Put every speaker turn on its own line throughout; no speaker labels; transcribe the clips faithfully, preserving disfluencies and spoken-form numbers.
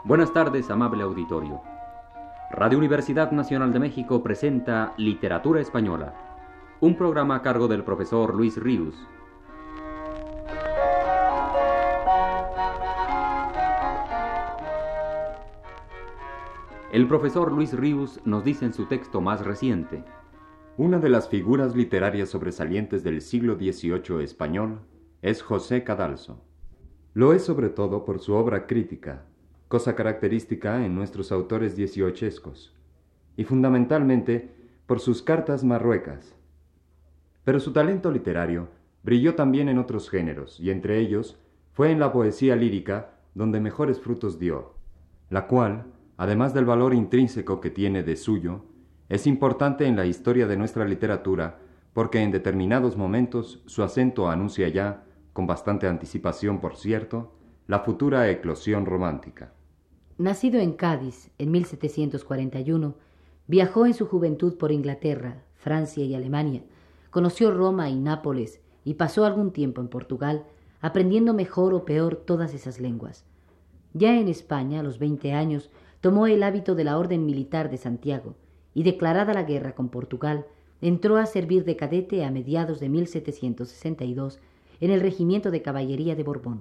Buenas tardes, amable auditorio. Radio Universidad Nacional de México presenta Literatura Española, un programa a cargo del profesor Luis Ríos. El profesor Luis Ríos nos dice en su texto más reciente:
una de las figuras literarias sobresalientes del siglo dieciocho español es José Cadalso. Lo es sobre todo por su obra crítica, cosa característica en nuestros autores dieciochescos, y fundamentalmente por sus cartas marruecas. Pero su talento literario brilló también en otros géneros, y entre ellos fue en la poesía lírica donde mejores frutos dio, la cual, además del valor intrínseco que tiene de suyo, es importante en la historia de nuestra literatura porque en determinados momentos su acento anuncia ya, con bastante anticipación por cierto, la futura eclosión romántica.
Nacido en Cádiz en mil setecientos cuarenta y uno, viajó en su juventud por Inglaterra, Francia y Alemania, conoció Roma y Nápoles y pasó algún tiempo en Portugal, aprendiendo mejor o peor todas esas lenguas. Ya en España, a los veinte años, tomó el hábito de la Orden Militar de Santiago y, declarada la guerra con Portugal, entró a servir de cadete a mediados de mil setecientos sesenta y dos en el Regimiento de Caballería de Borbón.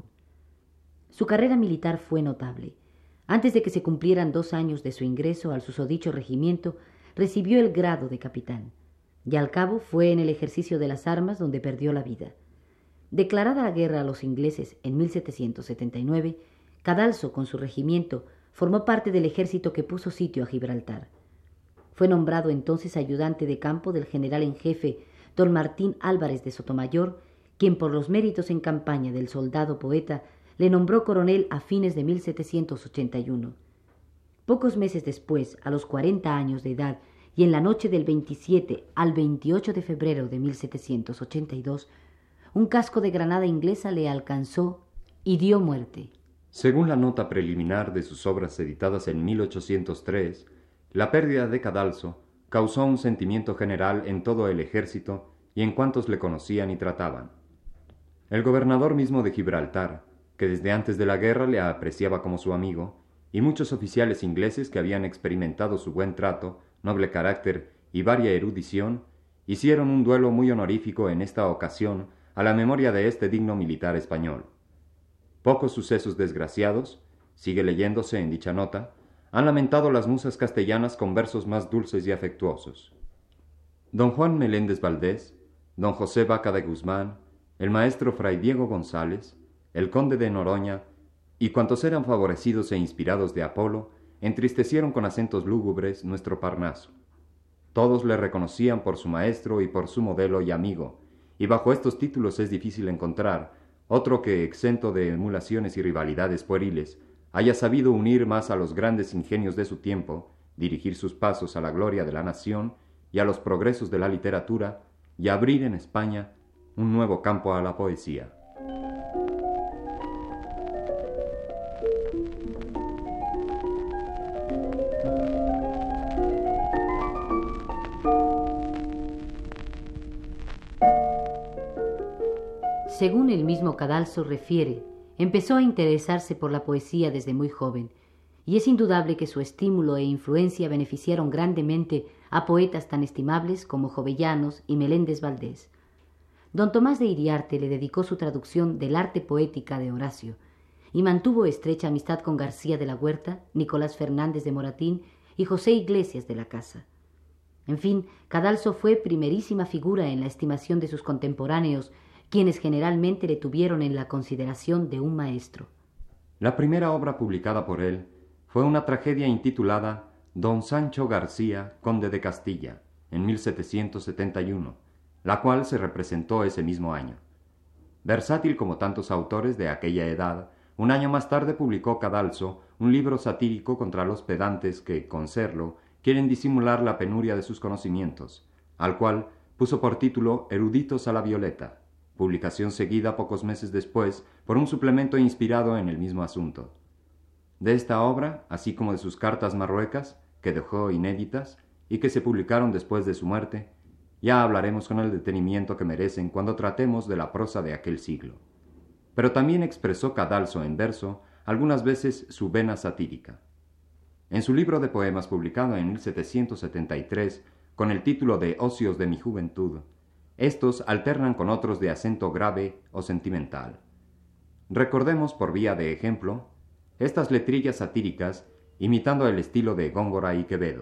Su carrera militar fue notable. Antes de que se cumplieran dos años de su ingreso al susodicho regimiento, recibió el grado de capitán, y al cabo fue en el ejercicio de las armas donde perdió la vida. Declarada la guerra a los ingleses en mil setecientos setenta y nueve, Cadalso, con su regimiento, formó parte del ejército que puso sitio a Gibraltar. Fue nombrado entonces ayudante de campo del general en jefe don Martín Álvarez de Sotomayor, quien por los méritos en campaña del soldado poeta le nombró coronel a fines de mil setecientos ochenta y uno. Pocos meses después, a los cuarenta años de edad, y en la noche del veintisiete al veintiocho de febrero de mil setecientos ochenta y dos, un casco de granada inglesa le alcanzó y dio muerte.
Según la nota preliminar de sus obras editadas en mil ochocientos tres, la pérdida de Cadalso causó un sentimiento general en todo el ejército y en cuantos le conocían y trataban. El gobernador mismo de Gibraltar, que desde antes de la guerra le apreciaba como su amigo, y muchos oficiales ingleses que habían experimentado su buen trato, noble carácter y varia erudición, hicieron un duelo muy honorífico en esta ocasión a la memoria de este digno militar español. Pocos sucesos desgraciados, sigue leyéndose en dicha nota, han lamentado las musas castellanas con versos más dulces y afectuosos. Don Juan Meléndez Valdés, don José Vaca de Guzmán, el maestro Fray Diego González, el conde de Noroña, y cuantos eran favorecidos e inspirados de Apolo, entristecieron con acentos lúgubres nuestro Parnaso. Todos le reconocían por su maestro y por su modelo y amigo, y bajo estos títulos es difícil encontrar otro que, exento de emulaciones y rivalidades pueriles, haya sabido unir más a los grandes ingenios de su tiempo, dirigir sus pasos a la gloria de la nación y a los progresos de la literatura, y abrir en España un nuevo campo a la poesía.
Según el mismo Cadalso refiere, empezó a interesarse por la poesía desde muy joven, y es indudable que su estímulo e influencia beneficiaron grandemente a poetas tan estimables como Jovellanos y Meléndez Valdés. Don Tomás de Iriarte le dedicó su traducción del Arte Poética de Horacio, y mantuvo estrecha amistad con García de la Huerta, Nicolás Fernández de Moratín y José Iglesias de la Casa. En fin, Cadalso fue primerísima figura en la estimación de sus contemporáneos, quienes generalmente le tuvieron en la consideración de un maestro.
La primera obra publicada por él fue una tragedia intitulada Don Sancho García, conde de Castilla, en mil setecientos setenta y uno, la cual se representó ese mismo año. Versátil como tantos autores de aquella edad, un año más tarde publicó Cadalso un libro satírico contra los pedantes que, con serlo, quieren disimular la penuria de sus conocimientos, al cual puso por título Eruditos a la Violeta, publicación seguida pocos meses después por un suplemento inspirado en el mismo asunto. De esta obra, así como de sus cartas marruecas, que dejó inéditas y que se publicaron después de su muerte, ya hablaremos con el detenimiento que merecen cuando tratemos de la prosa de aquel siglo. Pero también expresó Cadalso en verso algunas veces su vena satírica. En su libro de poemas publicado en mil setecientos setenta y tres, con el título de Ocios de mi juventud, estos alternan con otros de acento grave o sentimental. Recordemos, por vía de ejemplo, estas letrillas satíricas imitando el estilo de Góngora y Quevedo.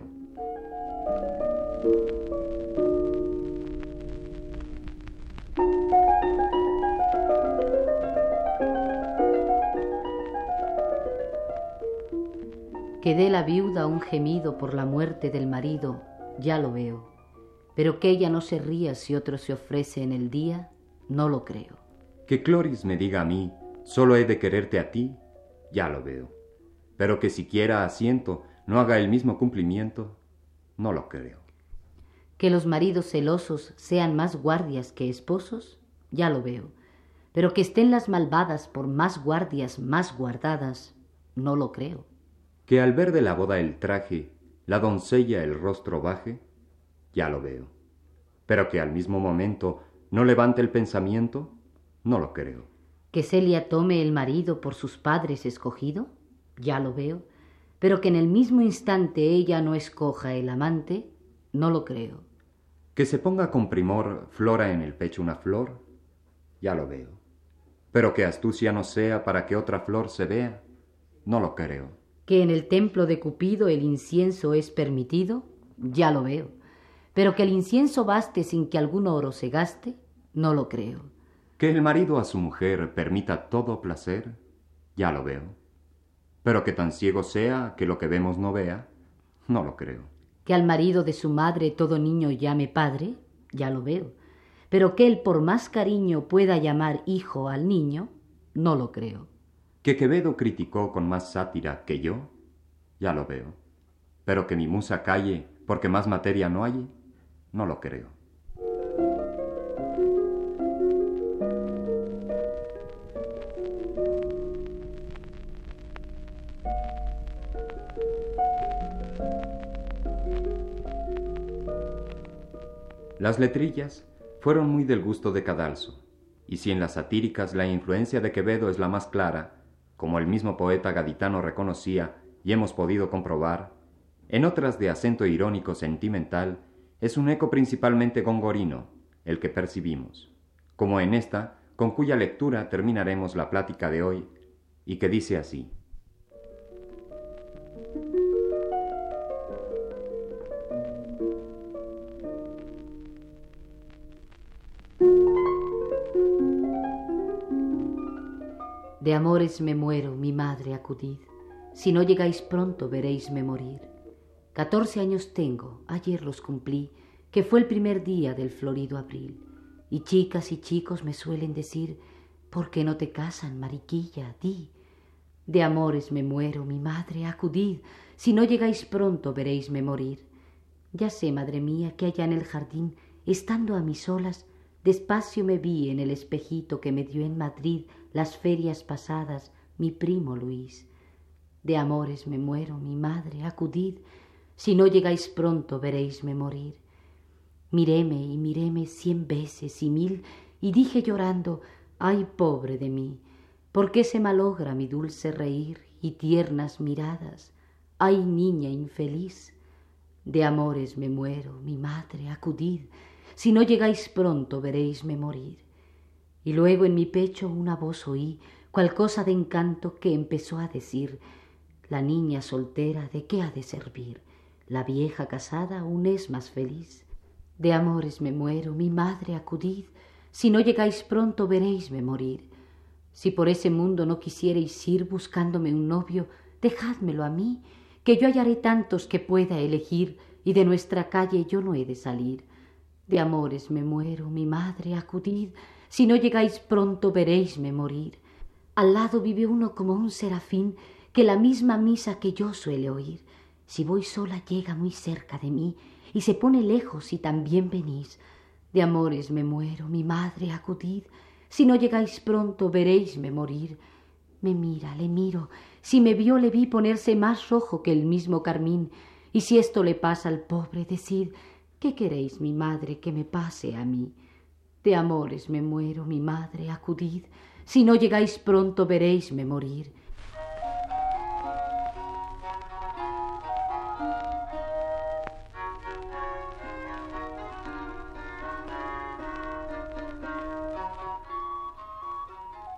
Que dé la viuda un gemido por la muerte del marido, ya lo veo. Pero que ella no se ría si otro se ofrece en el día, no lo creo.
Que Cloris me diga a mí, solo he de quererte a ti, ya lo veo. Pero que siquiera asiento no haga el mismo cumplimiento, no lo creo.
Que los maridos celosos sean más guardias que esposos, ya lo veo. Pero que estén las malvadas por más guardias más guardadas, no lo creo.
Que al ver de la boda el traje, la doncella el rostro baje, ya lo veo. Pero que al mismo momento no levante el pensamiento, no lo creo.
Que Celia tome el marido por sus padres escogido, ya lo veo. Pero que en el mismo instante ella no escoja el amante, no lo creo.
Que se ponga con primor Flora en el pecho una flor, ya lo veo. Pero que astucia no sea para que otra flor se vea, no lo creo.
Que en el templo de Cupido el incienso es permitido, ya lo veo. Pero que el incienso baste sin que algún oro se gaste, no lo creo.
Que el marido a su mujer permita todo placer, ya lo veo. Pero que tan ciego sea que lo que vemos no vea, no lo creo.
Que al marido de su madre todo niño llame padre, ya lo veo. Pero que él por más cariño pueda llamar hijo al niño, no lo creo.
Que Quevedo criticó con más sátira que yo, ya lo veo. Pero que mi musa calle porque más materia no hay, no lo creo. Las letrillas fueron muy del gusto de Cadalso, y si en las satíricas la influencia de Quevedo es la más clara, como el mismo poeta gaditano reconocía y hemos podido comprobar, en otras de acento irónico sentimental es un eco principalmente gongorino el que percibimos, como en esta, con cuya lectura terminaremos la plática de hoy, y que dice así.
De amores me muero, mi madre, acudid. Si no llegáis pronto, veréisme morir. Catorce años tengo, ayer los cumplí, que fue el primer día del florido abril. Y chicas y chicos me suelen decir, ¿por qué no te casan, mariquilla? Di. De amores me muero, mi madre, acudid. Si no llegáis pronto, veréisme morir. Ya sé, madre mía, que allá en el jardín, estando a mis solas, despacio me vi en el espejito que me dio en Madrid las ferias pasadas mi primo Luis. De amores me muero, mi madre, acudid. Si no llegáis pronto, veréisme morir. Miréme y miréme cien veces y mil, y dije llorando, ay, pobre de mí, ¿por qué se malogra mi dulce reír y tiernas miradas? Ay, niña infeliz. De amores me muero, mi madre, acudid. Si no llegáis pronto, veréisme morir. Y luego en mi pecho una voz oí, cual cosa de encanto que empezó a decir, la niña soltera, ¿de qué ha de servir? La vieja casada aún es más feliz. De amores me muero, mi madre, acudid. Si no llegáis pronto, veréisme morir. Si por ese mundo no quisierais ir buscándome un novio, dejádmelo a mí, que yo hallaré tantos que pueda elegir, y de nuestra calle yo no he de salir. De amores me muero, mi madre, acudid. Si no llegáis pronto, veréisme morir. Al lado vive uno como un serafín, que la misma misa que yo suele oír. Si voy sola, llega muy cerca de mí, y se pone lejos si también venís. De amores me muero, mi madre, acudid. Si no llegáis pronto, veréisme morir. Me mira, le miro. Si me vio, le vi ponerse más rojo que el mismo carmín. Y si esto le pasa al pobre, decid, ¿qué queréis, mi madre, que me pase a mí? De amores me muero, mi madre, acudid. Si no llegáis pronto, veréisme morir.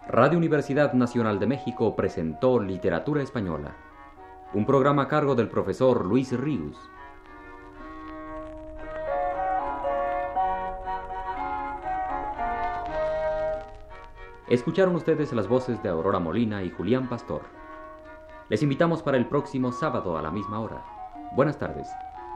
Radio Universidad Nacional de México presentó Literatura Española, un programa a cargo del profesor Luis Ríos. Escucharon ustedes las voces de Aurora Molina y Julián Pastor. Les invitamos para el próximo sábado a la misma hora. Buenas tardes.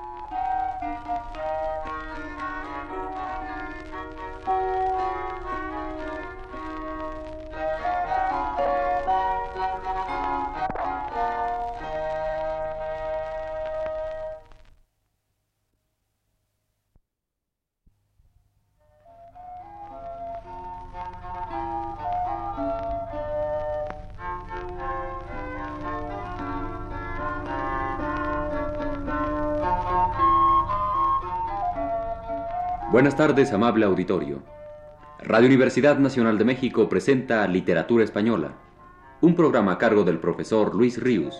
Buenas tardes, amable auditorio. Radio Universidad Nacional de México presenta Literatura Española, un programa a cargo del profesor Luis Ríos.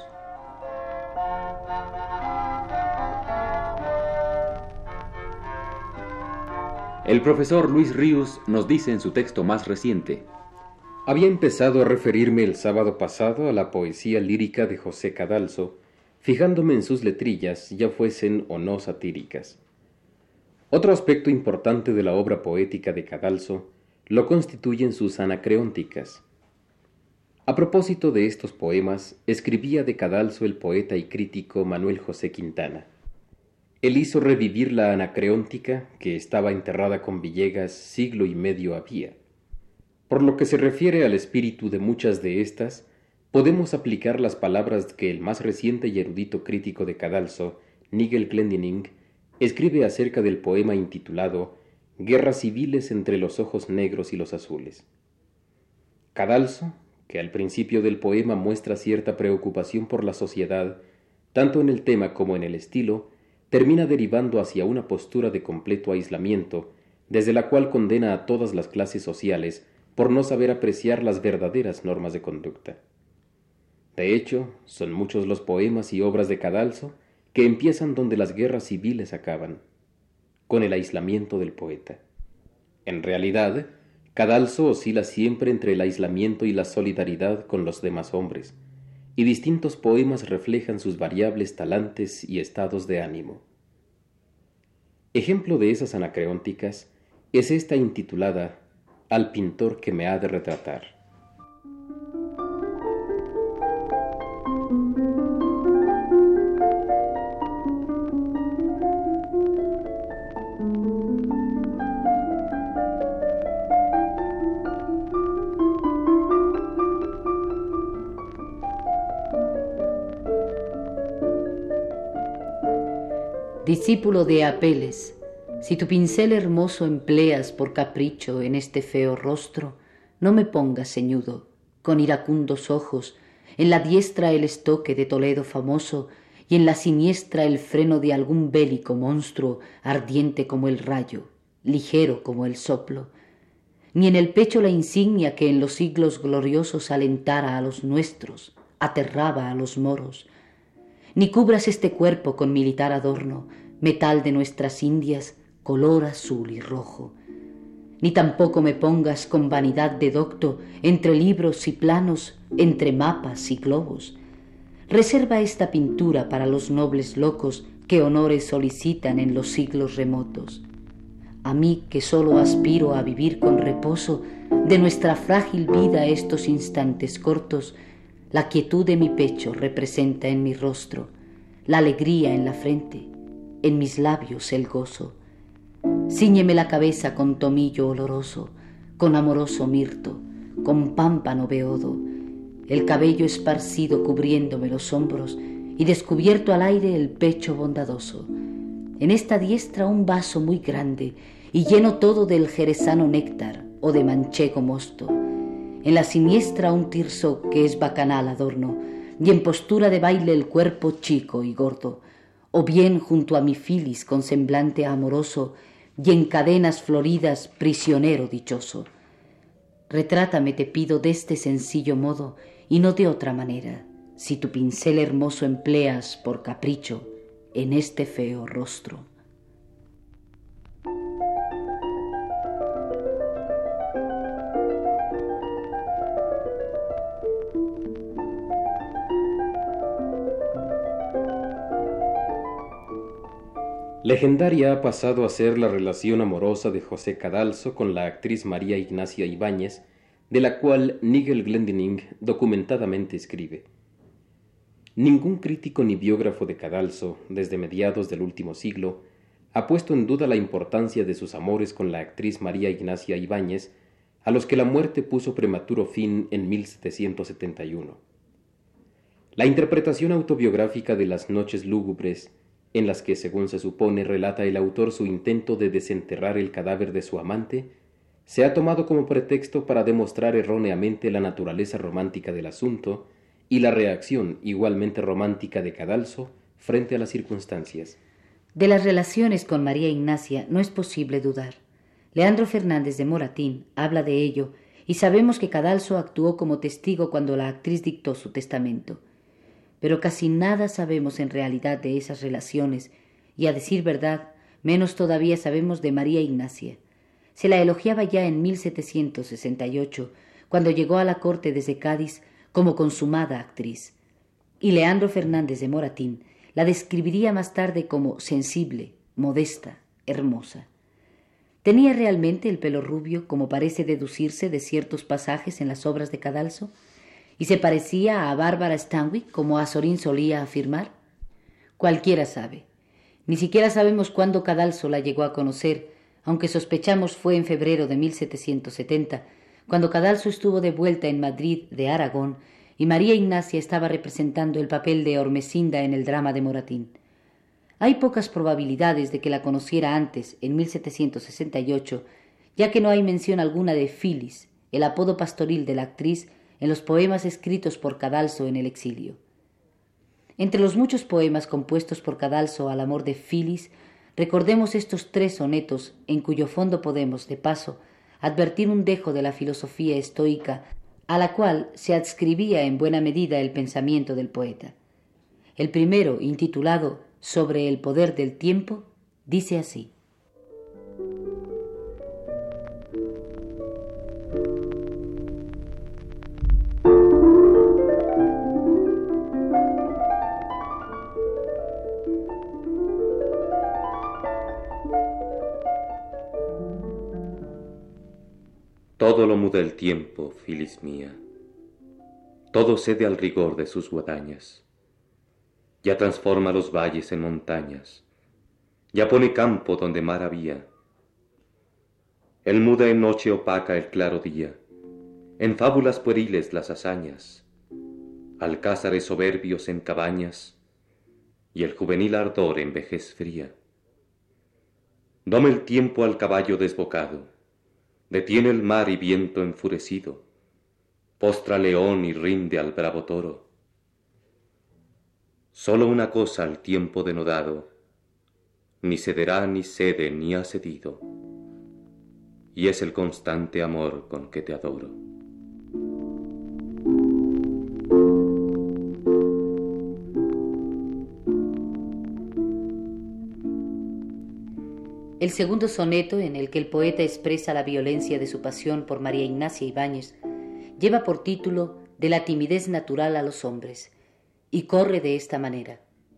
El profesor Luis Ríos nos dice en su texto más reciente:
Había empezado a referirme el sábado pasado a la poesía lírica de José Cadalso, fijándome en sus letrillas, ya fuesen o no satíricas. Otro aspecto importante de la obra poética de Cadalso lo constituyen sus anacreónticas. A propósito de estos poemas, escribía de Cadalso el poeta y crítico Manuel José Quintana. Él hizo revivir la anacreóntica, que estaba enterrada con Villegas siglo y medio había. Por lo que se refiere al espíritu de muchas de estas, podemos aplicar las palabras que el más reciente y erudito crítico de Cadalso, Nigel Glendinning, escribe acerca del poema intitulado Guerras civiles entre los ojos negros y los azules. Cadalso, que al principio del poema muestra cierta preocupación por la sociedad, tanto en el tema como en el estilo, termina derivando hacia una postura de completo aislamiento, desde la cual condena a todas las clases sociales por no saber apreciar las verdaderas normas de conducta. De hecho, son muchos los poemas y obras de Cadalso que empiezan donde las guerras civiles acaban, con el aislamiento del poeta. En realidad, Cadalso oscila siempre entre el aislamiento y la solidaridad con los demás hombres, y distintos poemas reflejan sus variables talantes y estados de ánimo. Ejemplo de esas anacreónticas es esta intitulada Al pintor que me ha de retratar.
Discípulo de Apeles, si tu pincel hermoso empleas por capricho en este feo rostro, no me pongas ceñudo, con iracundos ojos, en la diestra el estoque de Toledo famoso y en la siniestra el freno de algún bélico monstruo ardiente como el rayo, ligero como el soplo, ni en el pecho la insignia que en los siglos gloriosos alentara a los nuestros, aterraba a los moros, ni cubras este cuerpo con militar adorno, metal de nuestras Indias, color azul y rojo, ni tampoco me pongas con vanidad de docto entre libros y planos, entre mapas y globos. Reserva esta pintura para los nobles locos que honores solicitan en los siglos remotos. A mí que solo aspiro a vivir con reposo de nuestra frágil vida estos instantes cortos, la quietud de mi pecho representa en mi rostro, la alegría en la frente, en mis labios el gozo. Cíñeme la cabeza con tomillo oloroso, con amoroso mirto, con pámpano beodo, el cabello esparcido cubriéndome los hombros y descubierto al aire el pecho bondadoso. En esta diestra un vaso muy grande y lleno todo del jerezano néctar o de manchego mosto. En la siniestra un tirso que es bacanal adorno, y en postura de baile el cuerpo chico y gordo, o bien junto a mi filis con semblante amoroso, y en cadenas floridas prisionero dichoso. Retrátame, te pido, de este sencillo modo, y no de otra manera, si tu pincel hermoso empleas por capricho en este feo rostro.
Legendaria ha pasado a ser la relación amorosa de José Cadalso con la actriz María Ignacia Ibáñez, de la cual Nigel Glendinning documentadamente escribe: ningún crítico ni biógrafo de Cadalso, desde mediados del último siglo, ha puesto en duda la importancia de sus amores con la actriz María Ignacia Ibáñez, a los que la muerte puso prematuro fin en mil setecientos setenta y uno. La interpretación autobiográfica de Las noches lúgubres, en las que, según se supone, relata el autor su intento de desenterrar el cadáver de su amante, se ha tomado como pretexto para demostrar erróneamente la naturaleza romántica del asunto y la reacción igualmente romántica de Cadalso frente a las circunstancias.
De las relaciones con María Ignacia no es posible dudar. Leandro Fernández de Moratín habla de ello y sabemos que Cadalso actuó como testigo cuando la actriz dictó su testamento. Pero casi nada sabemos en realidad de esas relaciones y, a decir verdad, menos todavía sabemos de María Ignacia. Se la elogiaba ya en mil setecientos sesenta y ocho, cuando llegó a la corte desde Cádiz como consumada actriz. Y Leandro Fernández de Moratín la describiría más tarde como sensible, modesta, hermosa. ¿Tenía realmente el pelo rubio, como parece deducirse de ciertos pasajes en las obras de Cadalso? ¿Y se parecía a Bárbara Stanwyck, como Azorín solía afirmar? Cualquiera sabe. Ni siquiera sabemos cuándo Cadalso la llegó a conocer, aunque sospechamos fue en febrero de mil setecientos setenta, cuando Cadalso estuvo de vuelta en Madrid de Aragón y María Ignacia estaba representando el papel de Ormesinda en el drama de Moratín. Hay pocas probabilidades de que la conociera antes, en mil setecientos sesenta y ocho, ya que no hay mención alguna de Filis, el apodo pastoril de la actriz, en los poemas escritos por Cadalso en el exilio. Entre los muchos poemas compuestos por Cadalso al amor de Filis, recordemos estos tres sonetos en cuyo fondo podemos, de paso, advertir un dejo de la filosofía estoica a la cual se adscribía en buena medida el pensamiento del poeta. El primero, intitulado Sobre el poder del tiempo, dice así:
Todo lo muda el tiempo, Filis mía, todo cede al rigor de sus guadañas, ya transforma los valles en montañas, ya pone campo donde mar había. Él muda en noche opaca el claro día, en fábulas pueriles las hazañas, alcázares soberbios en cabañas, y el juvenil ardor en vejez fría. Doma el tiempo al caballo desbocado, detiene el mar y viento enfurecido, postra león y rinde al bravo toro. Sólo una cosa al tiempo denodado, ni cederá ni cede ni ha cedido, y es el constante amor con que te adoro.
El segundo soneto, en el que el poeta expresa la violencia de su pasión por María Ignacia Ibáñez, lleva por título De la timidez natural a los hombres, y corre de esta manera: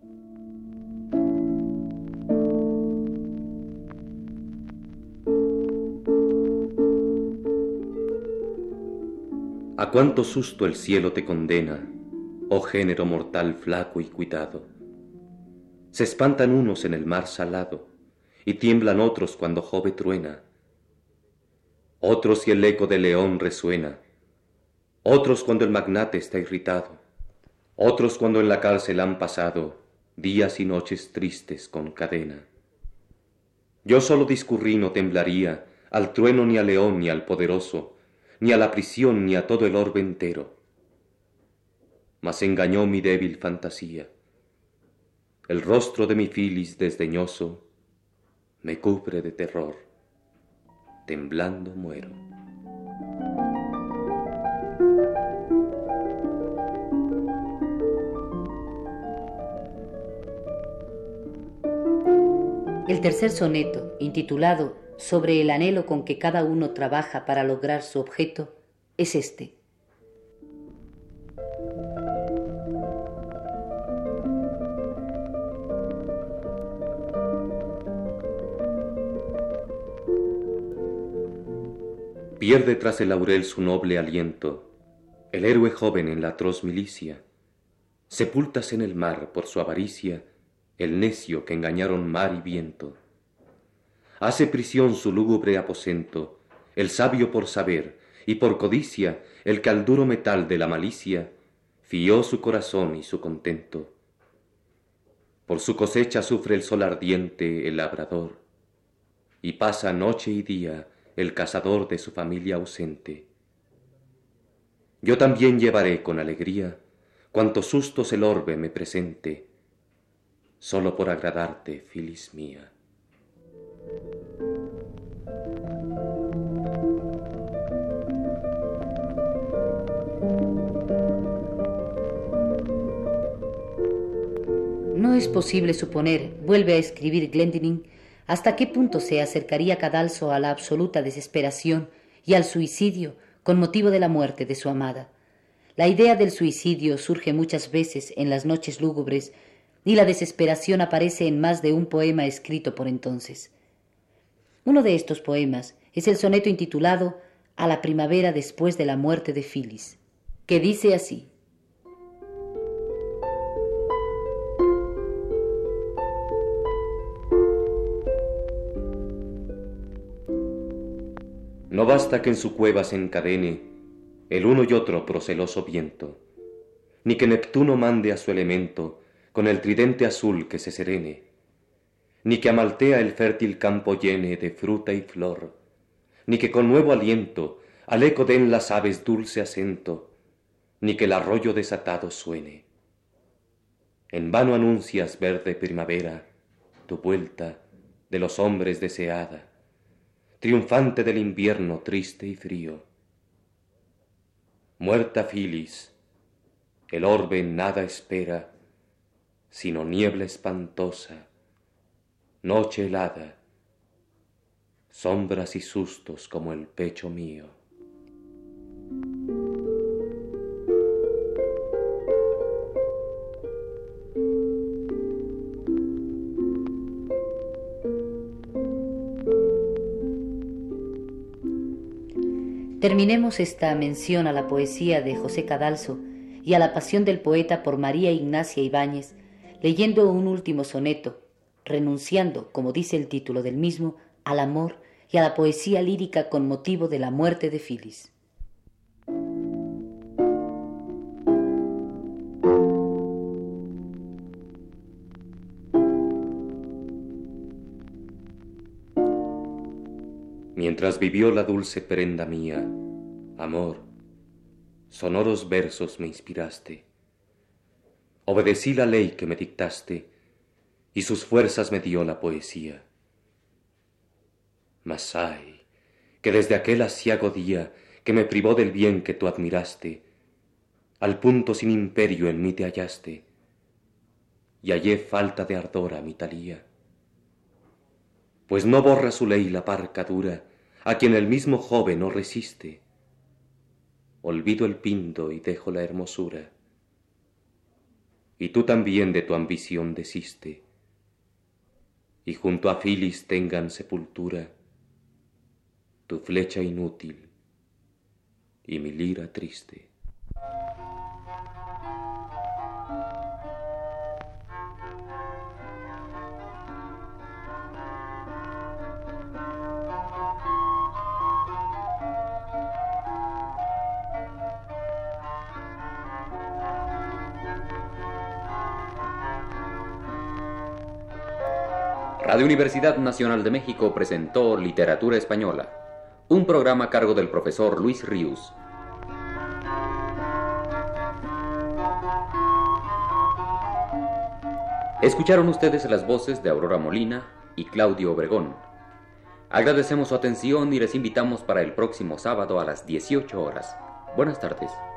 A cuánto susto el cielo te condena, oh género mortal flaco y cuitado. Se espantan unos en el mar salado, y tiemblan otros cuando Jove truena. Otros si el eco del león resuena, otros cuando el magnate está irritado, otros cuando en la cárcel han pasado días y noches tristes con cadena. Yo solo discurrí no temblaría al trueno ni al león ni al poderoso, ni a la prisión ni a todo el orbe entero. Mas engañó mi débil fantasía. El rostro de mi Filis desdeñoso me cubre de terror, temblando muero.
El tercer soneto, intitulado Sobre el anhelo con que cada uno trabaja para lograr su objeto, es este:
pierde tras el laurel su noble aliento, el héroe joven en la atroz milicia. Sepúltase en el mar por su avaricia el necio que engañaron mar y viento. Hace prisión su lúgubre aposento el sabio por saber, y por codicia el que al duro metal de la malicia fió su corazón y su contento. Por su cosecha sufre el sol ardiente el labrador, y pasa noche y día el cazador de su familia ausente. Yo también llevaré con alegría cuantos sustos el orbe me presente, solo por agradarte, Filis mía.
No es posible suponer, vuelve a escribir Glendinning, hasta qué punto se acercaría Cadalso a la absoluta desesperación y al suicidio con motivo de la muerte de su amada. La idea del suicidio surge muchas veces en las noches lúgubres y la desesperación aparece en más de un poema escrito por entonces. Uno de estos poemas es el soneto intitulado A la primavera después de la muerte de Filis, que dice así:
No basta que en su cueva se encadene el uno y otro proceloso viento, ni que Neptuno mande a su elemento con el tridente azul que se serene, ni que Amaltea el fértil campo llene de fruta y flor, ni que con nuevo aliento al eco den las aves dulce acento, ni que el arroyo desatado suene. En vano anuncias, verde primavera, tu vuelta de los hombres deseada, triunfante del invierno triste y frío. Muerta Filis, el orbe nada espera, sino niebla espantosa, noche helada, sombras y sustos como el pecho mío.
Terminemos esta mención a la poesía de José Cadalso y a la pasión del poeta por María Ignacia Ibáñez, leyendo un último soneto, renunciando, como dice el título del mismo, al amor y a la poesía lírica con motivo de la muerte de Filis.
Mientras vivió la dulce prenda mía, amor, sonoros versos me inspiraste. Obedecí la ley que me dictaste, y sus fuerzas me dio la poesía. Mas ay, que desde aquel aciago día que me privó del bien que tú admiraste, al punto sin imperio en mí te hallaste, y hallé falta de ardor a mi Talía. Pues no borra su ley la parca dura, a quien el mismo joven no resiste. Olvido el pinto y dejo la hermosura, y tú también de tu ambición desiste, y junto a Filis tengan sepultura tu flecha inútil y mi lira triste.
Radio Universidad Nacional de México presentó Literatura Española, un programa a cargo del profesor Luis Ríos. Escucharon ustedes las voces de Aurora Molina y Claudio Obregón. Agradecemos su atención y les invitamos para el próximo sábado a las dieciocho horas. Buenas tardes.